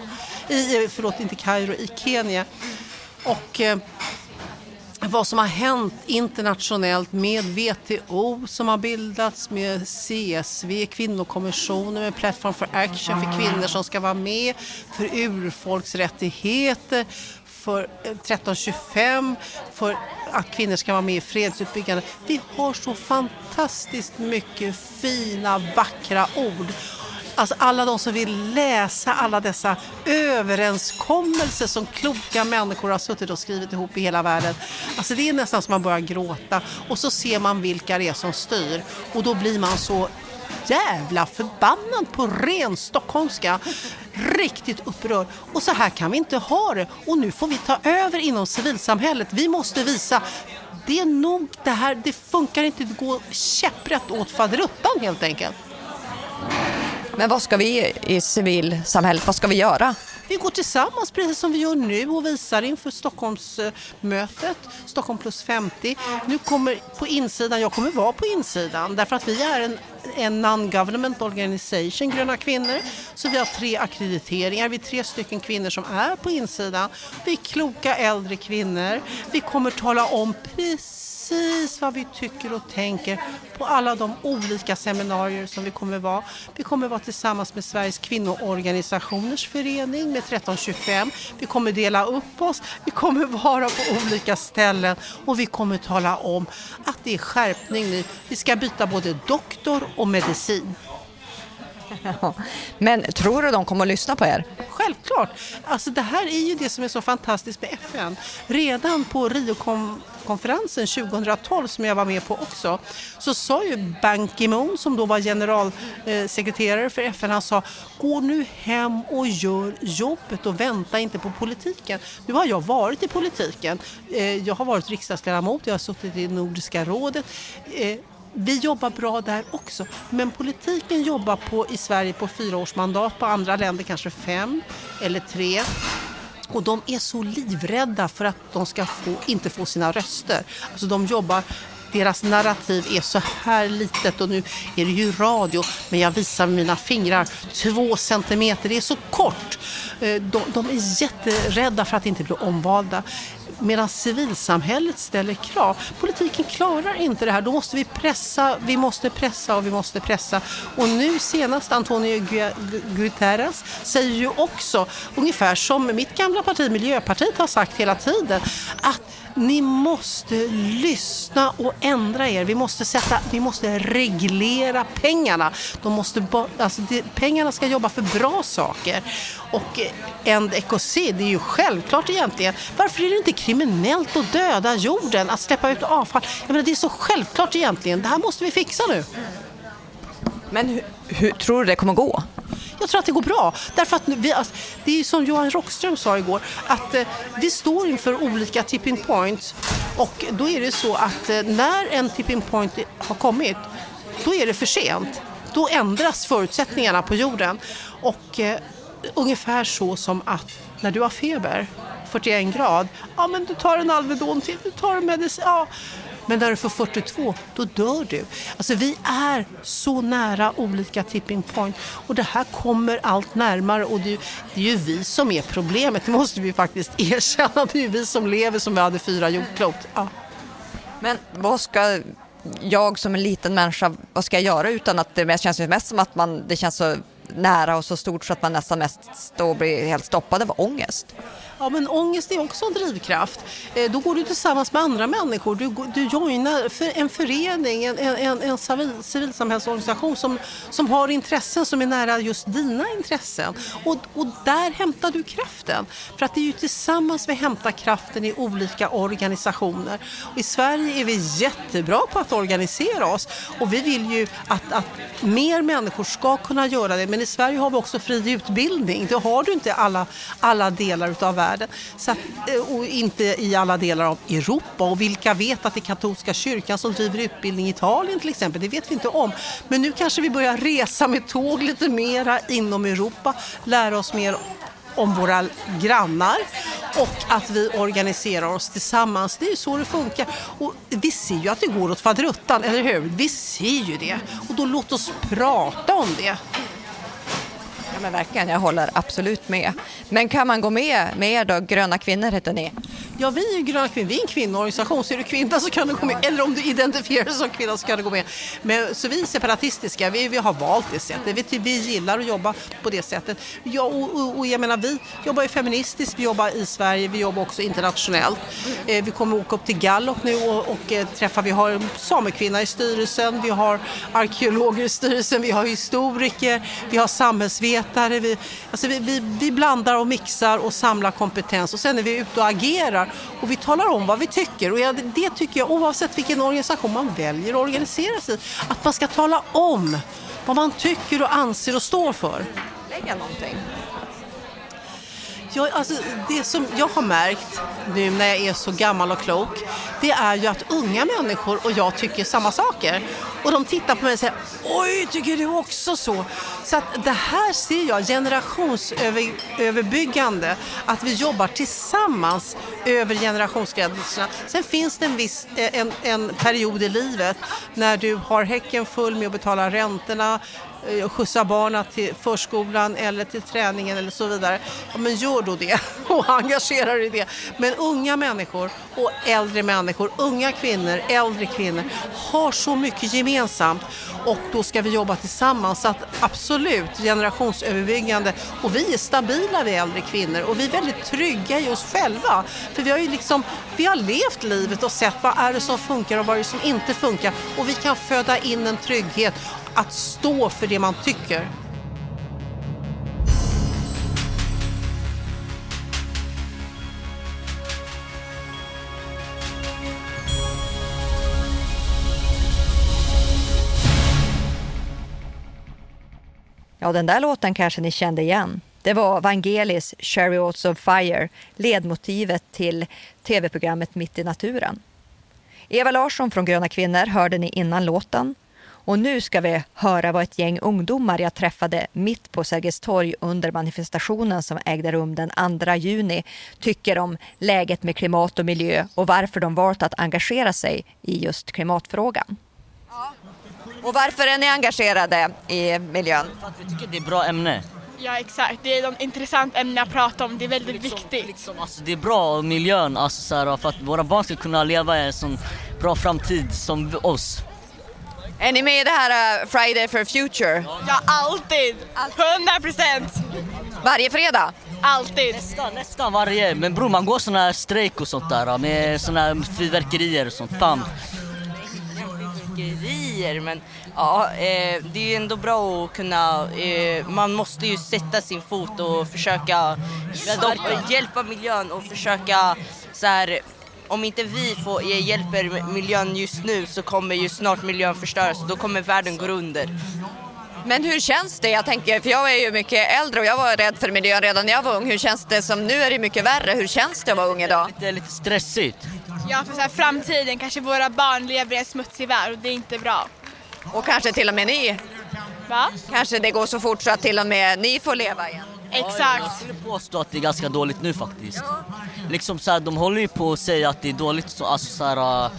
Kenya. Och vad som har hänt internationellt med WTO som har bildats, med CSV, kvinnokommissionen, med Platform for Action för kvinnor som ska vara med, för urfolksrättigheter, för 1325, för att kvinnor ska vara med i fredsutbyggande. Vi har så fantastiskt mycket fina, vackra ord. Alltså alla de som vill läsa alla dessa överenskommelser som kloka människor har suttit och skrivit ihop i hela världen. Alltså det är nästan som man börjar gråta och så ser man vilka det är som styr och då blir man så jävla förbannad på ren stockholmska, riktigt upprörd. Och så här kan vi inte ha det och nu får vi ta över inom civilsamhället. Vi måste visa det är nog det här, det funkar inte att gå käpprätt åt faderuttan helt enkelt. Men vad ska vi i civilsamhället, vad ska vi göra? Vi går tillsammans precis som vi gör nu och visar inför Stockholmsmötet, Stockholm plus 50. Nu kommer på insidan, jag kommer vara på insidan därför att vi är en non-government organization, Gröna kvinnor. Så vi har 3 akkrediteringar, vi är 3 stycken kvinnor som är på insidan. Vi är kloka äldre kvinnor. Vi kommer tala om precis vad vi tycker och tänker på alla de olika seminarier som vi kommer vara. Vi kommer vara tillsammans med Sveriges kvinnoorganisationers förening med 1325. Vi kommer dela upp oss, vi kommer vara på olika ställen och vi kommer tala om att det är skärpning nu. Vi ska byta både doktor och medicin. Men tror du de kommer att lyssna på er? Självklart. Alltså det här är ju det som är så fantastiskt med FN. Redan på Rio-konferensen 2012 som jag var med på också, så sa ju Ban Ki-moon som då var generalsekreterare för FN, han sa: gå nu hem och gör jobbet och vänta inte på politiken. Nu har jag varit i politiken. Jag har varit riksdagsledamot, jag har suttit i Nordiska rådet. Vi jobbar bra där också, men politiken jobbar i Sverige på 4 års mandat, på andra länder kanske 5 eller 3. Och de är så livrädda för att de ska inte få sina röster. Alltså de jobbar, deras narrativ är så här litet och nu är det ju radio, men jag visar med mina fingrar 2 centimeter, det är så kort. De är jätterädda för att inte bli omvalda. Medan civilsamhället ställer krav. Politiken klarar inte det här. Då måste vi pressa, vi måste pressa. Och nu senast Antonio Guterres säger ju också, ungefär som mitt gamla parti, Miljöpartiet, har sagt hela tiden, att ni måste lyssna och ändra er. Vi måste reglera pengarna. Pengarna ska jobba för bra saker. Och End Ecocid, det är ju självklart egentligen. Varför är det inte kriminellt att döda jorden, att släppa ut avfall? Jag menar, det är så självklart egentligen. Det här måste vi fixa nu. Men hur tror du det kommer gå? Jag tror att det går bra. Därför att det är ju som Johan Rockström sa igår, att vi står inför olika tipping points. Och då är det så att när en tipping point har kommit, då är det för sent. Då ändras förutsättningarna på jorden. Och ungefär så som att när du har feber, 41 grad, ja men du tar en Alvedon till, du tar en medicin, ja. Men när du får 42, då dör du. Alltså vi är så nära olika tipping point. Och det här kommer allt närmare. Och det är ju vi som är problemet. Det måste vi faktiskt erkänna. Det är ju vi som lever som vi hade 4 jordklot. Ja. Men vad ska jag som en liten människa, vad ska jag göra utan att det känns mest som att det känns så nära och så stort så att man nästan mest blir helt stoppad av ångest? Ja, men ångest är också en drivkraft. Då går du tillsammans med andra människor. Du joinar en förening, en civilsamhällsorganisation som har intressen som är nära just dina intressen. Och där hämtar du kraften. För att det är ju tillsammans vi hämtar kraften i olika organisationer. Och i Sverige är vi jättebra på att organisera oss. Och vi vill ju att mer människor ska kunna göra det. Men i Sverige har vi också fri utbildning. Det har du inte alla delar utav världen. Så att, och inte i alla delar av Europa. Och vilka vet att det är katolska kyrkan som driver utbildning i Italien till exempel? Det vet vi inte om. Men nu kanske vi börjar resa med tåg lite mera inom Europa. Lära oss mer om våra grannar. Och att vi organiserar oss tillsammans. Det är ju så det funkar. Och vi ser ju att det går åt fadruttan, eller hur? Vi ser ju det. Och då låt oss prata om det. Ja, men verkligen, jag håller absolut med. Men kan man gå med er då? Gröna kvinnor heter ni. Ja, vi är Gröna kvinnor. Vi är en kvinnoorganisation. Så är du kvinna så kan du gå med. Eller om du identifierar dig som kvinna så kan du gå med. Men, så vi är separatistiska. Vi har valt det sättet. Vi gillar att jobba på det sättet. Ja, och jag menar, vi jobbar ju feministiskt. Vi jobbar i Sverige. Vi jobbar också internationellt. Vi kommer åka upp till Gallup nu och träffa. Vi har samekvinna i styrelsen. Vi har arkeologer i styrelsen. Vi har historiker. Vi har samhällsvetare. Vi blandar och mixar och samlar kompetens. Och sen är vi ute och agerar. Och vi talar om vad vi tycker. Och det tycker jag, oavsett vilken organisation man väljer att organisera sig, att man ska tala om vad man tycker och anser och står för. Lägga någonting. Det som jag har märkt nu när jag är så gammal och klok, det är ju att unga människor och jag tycker samma saker. Och de tittar på mig och säger, oj, tycker du också så? Så att det här ser jag, generationsöverbyggande, att vi jobbar tillsammans över generationsgränserna. Sen finns det en period i livet när du har häcken full med att betala räntorna, skjutsa barnen till förskolan eller till träningen eller så vidare. Ja, men gör då det och engagera dig i det. Men unga människor och äldre människor, unga kvinnor, äldre kvinnor har så mycket gemensamt, och då ska vi jobba tillsammans. Så att absolut generationsöverbyggande, och vi är stabila, vi äldre kvinnor, och vi är väldigt trygga i oss själva. För vi har ju vi har levt livet och sett vad är det som funkar och vad är det som inte funkar, och vi kan föda in en trygghet att stå för det man tycker. Ja, den där låten kanske ni kände igen. Det var Vangelis Chariots of Fire, ledmotivet till tv-programmet Mitt i naturen. Eva Larsson från Gröna kvinnor hörde ni innan låten. Och nu ska vi höra vad ett gäng ungdomar jag träffade mitt på Sergels torg under manifestationen som ägde rum den 2 juni tycker om läget med klimat och miljö och varför de valt att engagera sig i just klimatfrågan. Ja. Och varför är ni engagerade i miljön? För att vi tycker det är bra ämne. Ja, exakt. Det är ett intressant ämne att prata om. Det är väldigt viktigt. Alltså, det är bra miljön, alltså, så här, för att våra barn ska kunna leva en sån bra framtid som oss. Är ni med i det här Friday for Future? Ja, alltid! 100%! Varje fredag? Alltid! Nästan varje. Men bror, man går såna här strejk och sånt där med såna här fyrverkerier och sånt. Fan. Fyrverkerier, men ja, det är ju ändå bra att kunna, man måste ju sätta sin fot och försöka hjälpa miljön och försöka så här. Om inte vi hjälper miljön just nu så kommer ju snart miljön förstöras och då kommer världen gå under. Men hur känns det? Jag tänker, för jag är ju mycket äldre och jag var rädd för miljön redan när jag var ung. Hur känns det som nu är det mycket värre? Hur känns det att vara ung idag? Det är lite stressigt. Ja, för så här, framtiden kanske våra barn lever i en smutsig värld och det är inte bra. Och kanske till och med ni. Va? Kanske det går så fort så att till och med ni får leva igen. Exakt. Jag skulle påstå att det är ganska dåligt nu faktiskt. Liksom så här, de håller ju på att säga att det är dåligt så, alltså så här,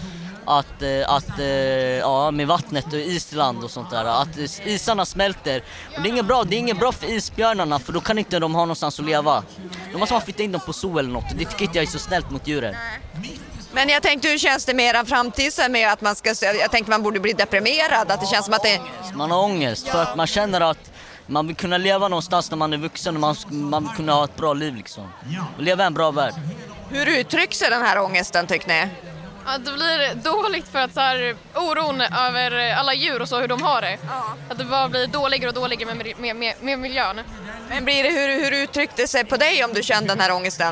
att med vattnet och Island och sånt där, att isarna smälter. Men det är inget bra för isbjörnarna, för då kan inte de ha någonstans att leva. Då måste man flytta in dem på zoo eller något. Det tycker inte jag är så snällt mot djuren. Men jag tänkte, hur känns det med er framtid med att jag tänkte man borde bli deprimerad, att det känns som att det... Man har ångest för att man känner att man vill kunna leva någonstans när man är vuxen och man vill kunna ha ett bra liv liksom. Och leva en bra värld. Hur uttrycks den här ångesten, tycker ni? Ja, det blir dåligt för att så här, oron över alla djur och så, hur de har det. Ja. Att det bara blir dåligare och dåligare med miljön. Men blir det, hur uttryckte det sig på dig om du kände den här ångesten?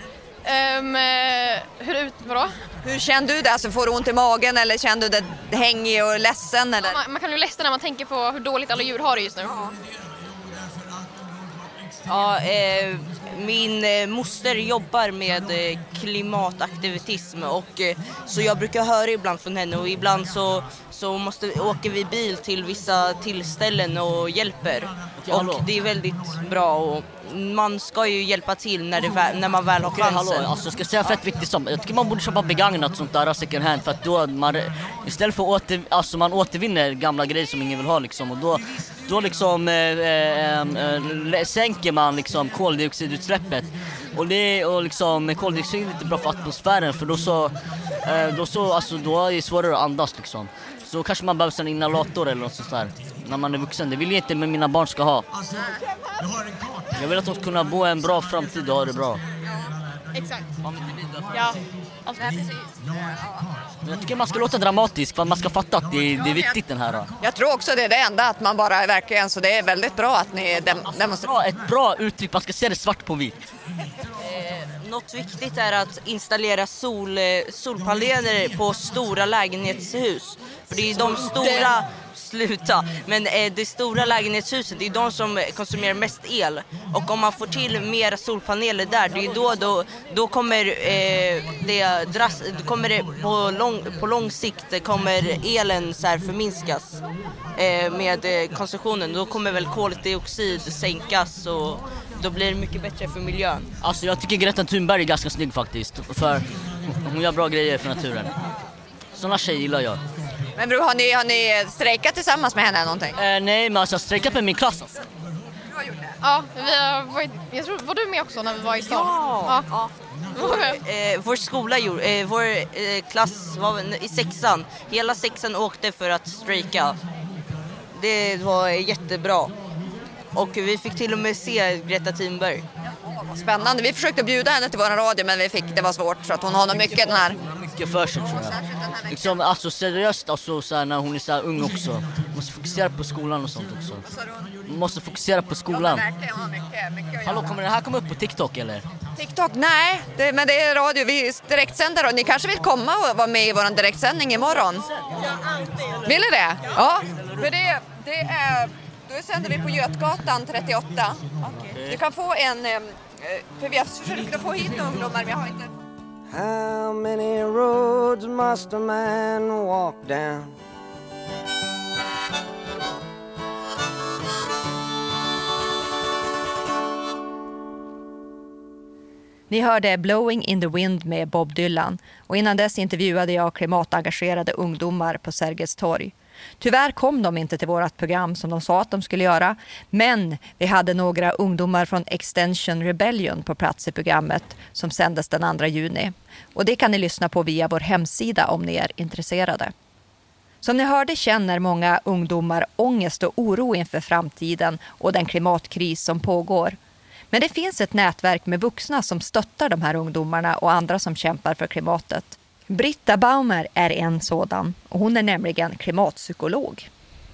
Vadå? Hur kände du det? Alltså, får du ont i magen eller kände du det hängig och ledsen? Eller? Ja, man kan ju ledsen när man tänker på hur dåligt alla djur har det just nu. Ja, min moster jobbar med klimataktivism och så jag brukar höra ibland från henne och ibland så åker vi bil till vissa tillställen och hjälper. Och det är väldigt bra och man ska ju hjälpa till när man väl har chansen. Alltså, jag ska säga fett viktigt som, jag tycker man borde köpa begagnat sånt där second hand, för att då istället för man återvinner gamla grejer som ingen vill ha liksom, och då liksom sänker man liksom koldioxidutsläppet och liksom koldioxid är inte bra för atmosfären, för då är det svårare att andas liksom. Så kanske man behöver en inhalator eller något sånt där när man är vuxen. Det vill jag inte, men mina barn ska ha. Jag vill att de ska kunna bo en bra framtid och ha det bra. Exakt. Ja, jag tycker man ska låta dramatisk, för att man ska fatta att det är viktigt den här. Jag tror också det är det enda, att man bara är verkligen, så det är väldigt bra att ni demonstrerar. Ett bra uttryck, man ska se det svart på vitt. Något viktigt är att installera solpaneler på stora lägenhetshus. För det är de sluta. Men det stora lägenhetshuset, det är de som konsumerar mest el. Och om man får till mer solpaneler där, det är då kommer på lång sikt kommer elen så här förminskas med konsumtionen. Då kommer väl koldioxid sänkas och då blir det mycket bättre för miljön. Alltså jag tycker Greta Thunberg är ganska snygg faktiskt. För hon gör bra grejer för naturen. Såna tjejer gillar jag. Men bror, har ni strejkat tillsammans med henne eller någonting? Nej, men alltså jag strejkat med min klass. Alltså. Ja, jag tror, var du med också när vi var i stan? Ja. Vår skola vår klass var i 6:an. Hela 6:an åkte för att strejka. Det var jättebra. Och vi fick till och med se Greta Thunberg. Spännande. Vi försökte bjuda henne till vår radio, men det var svårt för att hon har nog mycket den här. Mycket för sig, tror jag. Liksom, alltså seriöst, alltså, så här, när hon är så här ung också. Måste fokusera på skolan och sånt också. Måste fokusera på skolan. Hallå, kommer det här komma upp på TikTok eller? TikTok? Nej, men det är radio. Vi direktsänder och ni kanske vill komma och vara med i vår direktsändning imorgon? Ja, alltid. Vill ni det? Ja. För det är... Då sänder vi på Götgatan 38. Okay. Du kan få för vi har försökt att få hit ungdomar, men jag har inte... How many roads must a man walk down? Ni hörde Blowing in the Wind med Bob Dylan och innan dess intervjuade jag klimatengagerade ungdomar på Sergels torg. Tyvärr kom de inte till vårt program som de sa att de skulle göra, men vi hade några ungdomar från Extension Rebellion på plats i programmet som sändes den 2 juni. Och det kan ni lyssna på via vår hemsida om ni är intresserade. Som ni hörde känner många ungdomar ångest och oro inför framtiden och den klimatkris som pågår. Men det finns ett nätverk med vuxna som stöttar de här ungdomarna och andra som kämpar för klimatet. Britta Baumer är en sådan och hon är nämligen klimatpsykolog.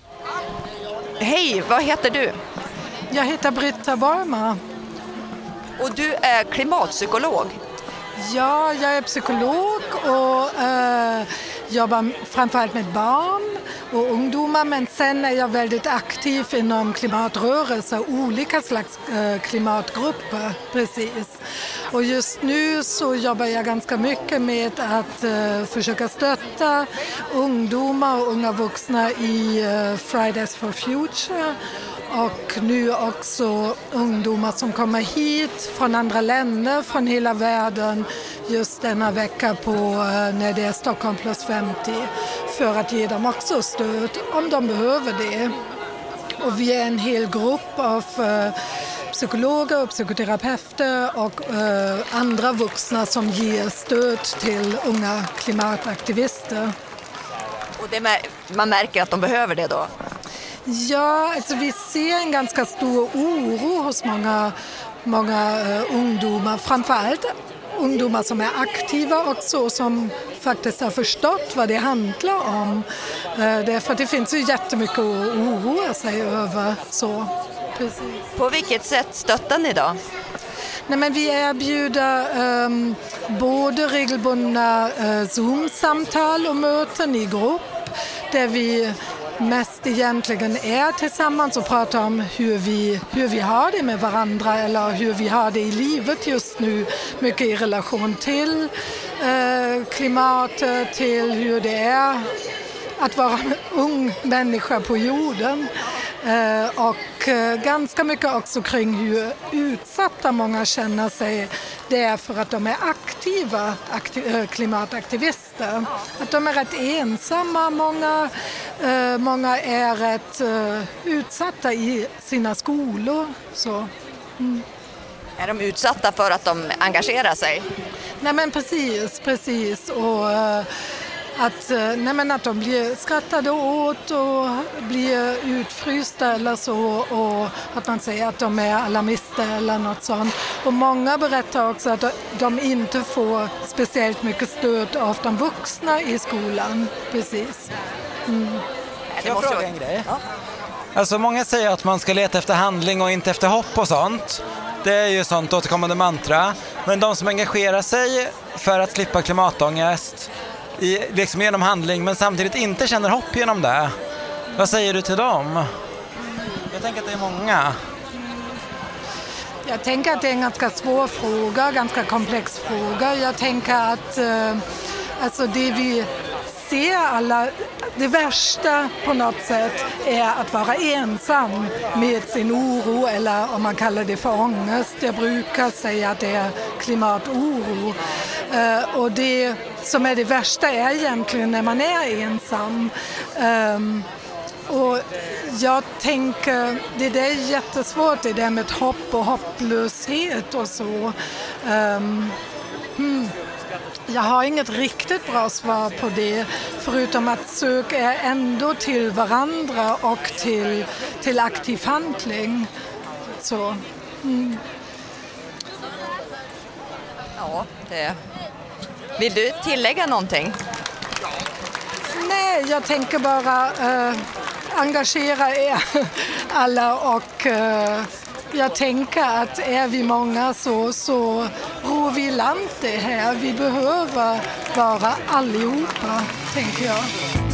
Hej, vad heter du? Jag heter Britta Baumer. Och du är klimatpsykolog? Ja, jag är psykolog och jobbar framförallt med barn och ungdomar, men sen är jag väldigt aktiv inom klimatrörelser, olika slags klimatgrupper, precis. Och just nu så jobbar jag ganska mycket med att försöka stötta ungdomar och unga vuxna i Fridays for Future. Och nu också ungdomar som kommer hit från andra länder, från hela världen just denna vecka på när det är Stockholm plus 50 för att ge dem också stöd om de behöver det. Och vi är en hel grupp av psykologer och psykoterapeuter och andra vuxna som ger stöd till unga klimataktivister. Och man märker att de behöver det då? Ja, alltså vi ser en ganska stor oro hos många ungdomar, framförallt ungdomar som är aktiva också, som faktiskt har förstått vad det handlar om. Därför att det finns ju jättemycket att oroa sig över. Så. Precis. På vilket sätt stöttar ni då? Nej, men vi erbjuder både regelbundna Zoom-samtal och möten i grupp där vi mest egentligen är tillsammans och pratar om hur vi har det med varandra eller hur vi har det i livet just nu. Mycket i relation till klimatet, till hur det är att vara ung människa på jorden. Och ganska mycket också kring hur utsatta många känner sig. Det är för att de är aktiva klimataktivister. Att de är rätt ensamma. Många är rätt utsatta i sina skolor. Så. Mm. Är de utsatta för att de engagerar sig? Nej, men precis. Och att de blir skrattade åt och blir utfrysta eller så, och att man säger att de är alarmister eller något sånt. Och många berättar också att de inte får speciellt mycket stöd av de vuxna i skolan. Precis. Mm. Jag frågar en grej. Ja. Alltså många säger att man ska leta efter handling och inte efter hopp och sånt. Det är ju sånt återkommande mantra. Men de som engagerar sig för att slippa klimatångest liksom genom handling men samtidigt inte känner hopp genom det. Vad säger du till dem? Jag tänker att det är många. Jag tänker att det är en ganska svår fråga, ganska komplex fråga. Jag tänker att alltså det vi ser alla, det värsta på något sätt är att vara ensam med sin oro, eller om man kallar det för ångest. Jag brukar säga att det är klimatoro. Och det som är det värsta är egentligen när man är ensam. Och jag tänker, det är jättesvårt det där med hopp och hopplöshet och så. Jag har inget riktigt bra svar på det, förutom att söka ändå till varandra och till aktiv handling. Så. Ja, det. Vill du tillägga någonting? Nej, jag tänker bara engagera er alla, och jag tänker att är vi många så ror vi land det här. Vi behöver vara allihopa, tänker jag.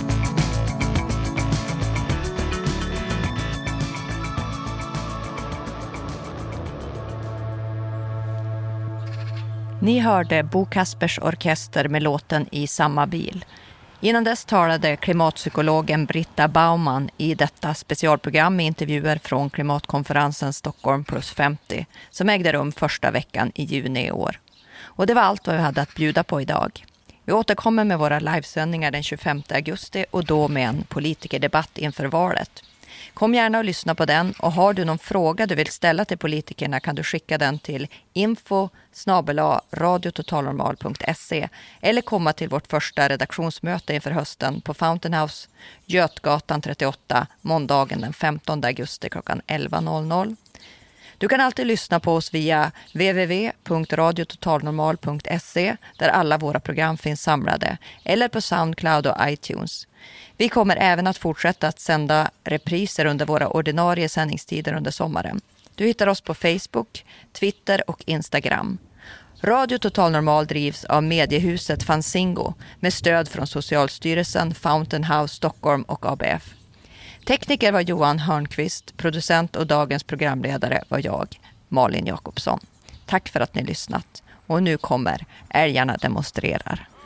Ni hörde Bo Kaspers orkester med låten I samma bil. Innan dess talade klimatpsykologen Britta Baumann i detta specialprogram med intervjuer från klimatkonferensen Stockholm plus 50 som ägde rum första veckan i juni i år. Och det var allt vad vi hade att bjuda på idag. Vi återkommer med våra livesändningar den 25 augusti och då med en politikerdebatt inför valet. Kom gärna och lyssna på den, och har du någon fråga du vill ställa till politikerna kan du skicka den till info@radiototalnormal.se eller komma till vårt första redaktionsmöte inför hösten på Fountain House, Götgatan 38, måndagen den 15 augusti klockan 11.00. Du kan alltid lyssna på oss via www.radiototalnormal.se där alla våra program finns samlade, eller på Soundcloud och iTunes. Vi kommer även att fortsätta att sända repriser under våra ordinarie sändningstider under sommaren. Du hittar oss på Facebook, Twitter och Instagram. Radio Total Normal drivs av mediehuset Fanzingo med stöd från Socialstyrelsen, Fountain House Stockholm och ABF. Tekniker var Johan Hörnqvist, producent och dagens programledare var jag, Malin Jakobsson. Tack för att ni lyssnat. Och nu kommer Älgarna demonstrerar.